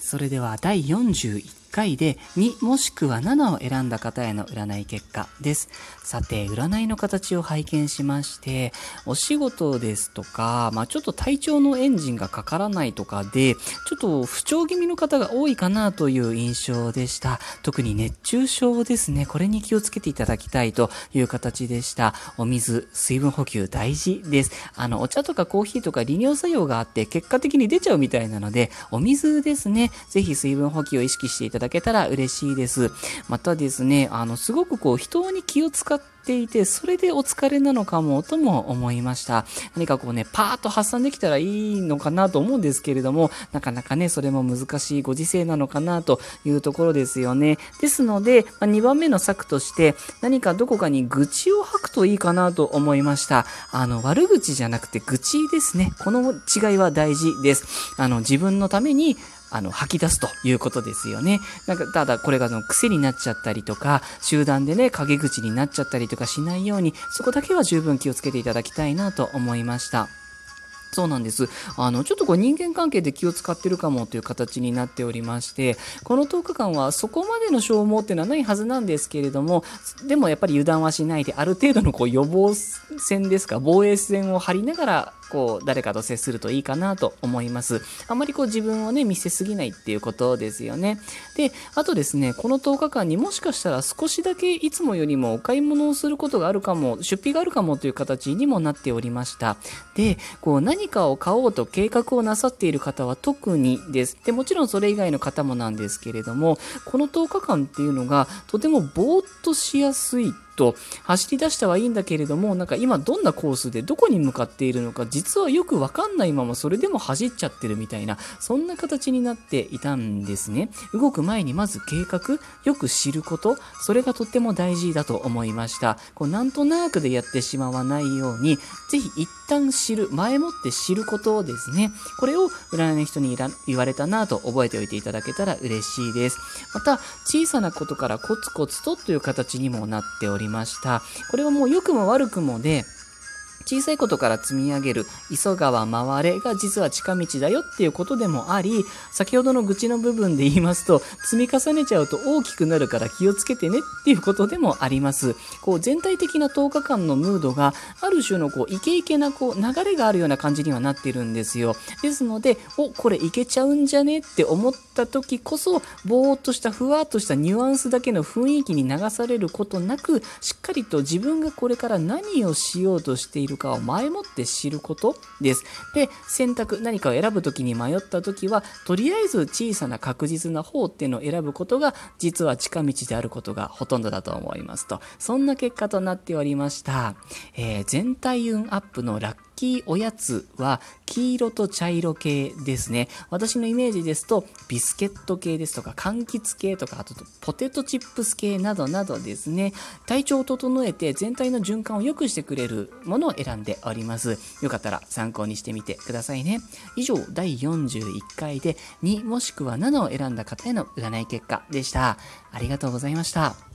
それでは第41回で2もしくは7を選んだ方への占い結果です。さて、占いの形を拝見しまして、お仕事ですとか、ちょっと体調のエンジンがかからないとかで、ちょっと不調気味の方が多いかなという印象でした。特に熱中症ですね。これに気をつけていただきたいという形でした。お水、水分補給大事です。お茶とかコーヒーとか利尿作用があって結果的に出ちゃうみたいなので、お水ですね。ぜひ水分補給を意識していただけたら嬉しいです。またですね、すごく人に気を使っていて、それでお疲れなのかもとも思いました。何かパーッと発散できたらいいのかなと思うんですけれども、なかなかね、それも難しいご時世なのかなというところですよね。ですので、2番目の策として、何かどこかに愚痴を吐くといいかなと思いました。悪口じゃなくて愚痴ですね。この違いは大事です。自分のために吐き出すということですよね。ただこれが癖になっちゃったりとか、集団でね、陰口になっちゃったりとかしないように、そこだけは十分気をつけていただきたいなと思いました。そうなんです。ちょっと人間関係で気を使ってるかもという形になっておりまして、この10日間はそこまでの消耗っていうのはないはずなんですけれども、でもやっぱり油断はしないで、ある程度の予防線ですか、防衛線を張りながら、誰かと接するといいかなと思います。あまり自分をね、見せすぎないっていうことですよね。で、あとですね、この10日間にもしかしたら少しだけいつもよりもお買い物をすることがあるかも、出費があるかもという形にもなっておりました。で、何かを買おうと計画をなさっている方は特にです。で、もちろんそれ以外の方もなんですけれども、この10日間っていうのがとてもぼーっとしやすいと、走り出したはいいんだけれども、今どんなコースでどこに向かっているのか実はよくわかんないままそれでも走っちゃってるみたいな、そんな形になっていたんですね。動く前にまず計画、よく知ること、それがとっても大事だと思いました。なんとなくでやってしまわないように、ぜひ一旦知る、前もって知ることですね。これを占いの人に言われたなと覚えておいていただけたら嬉しいです。また、小さなことからコツコツとという形にもなっておりました。これはもう良くも悪くもで、小さいことから積み上げる急がば回れが実は近道だよっていうことでもあり、先ほどの愚痴の部分で言いますと、積み重ねちゃうと大きくなるから気をつけてねっていうことでもあります。全体的な10日間のムードがある種のイケイケな流れがあるような感じにはなってるんですよ。ですので、これいけちゃうんじゃねって思った時こそ、ぼーっとしたふわっとしたニュアンスだけの雰囲気に流されることなく、しっかりと自分がこれから何をしようとしているかを前もって知ることです。で、何かを選ぶときに迷ったときは、とりあえず小さな確実な方っていうのを選ぶことが実は近道であることがほとんどだと思いますと、そんな結果となっておりました。全体運アップのラッキーおやつは黄色と茶色系ですね。私のイメージですとビスケット系ですとか柑橘系とか、あとポテトチップス系などなどですね、体調を整えて全体の循環を良くしてくれるものを選んでおります。よかったら参考にしてみてくださいね。以上、第41回で2もしくは7を選んだ方への占い結果でした。ありがとうございました。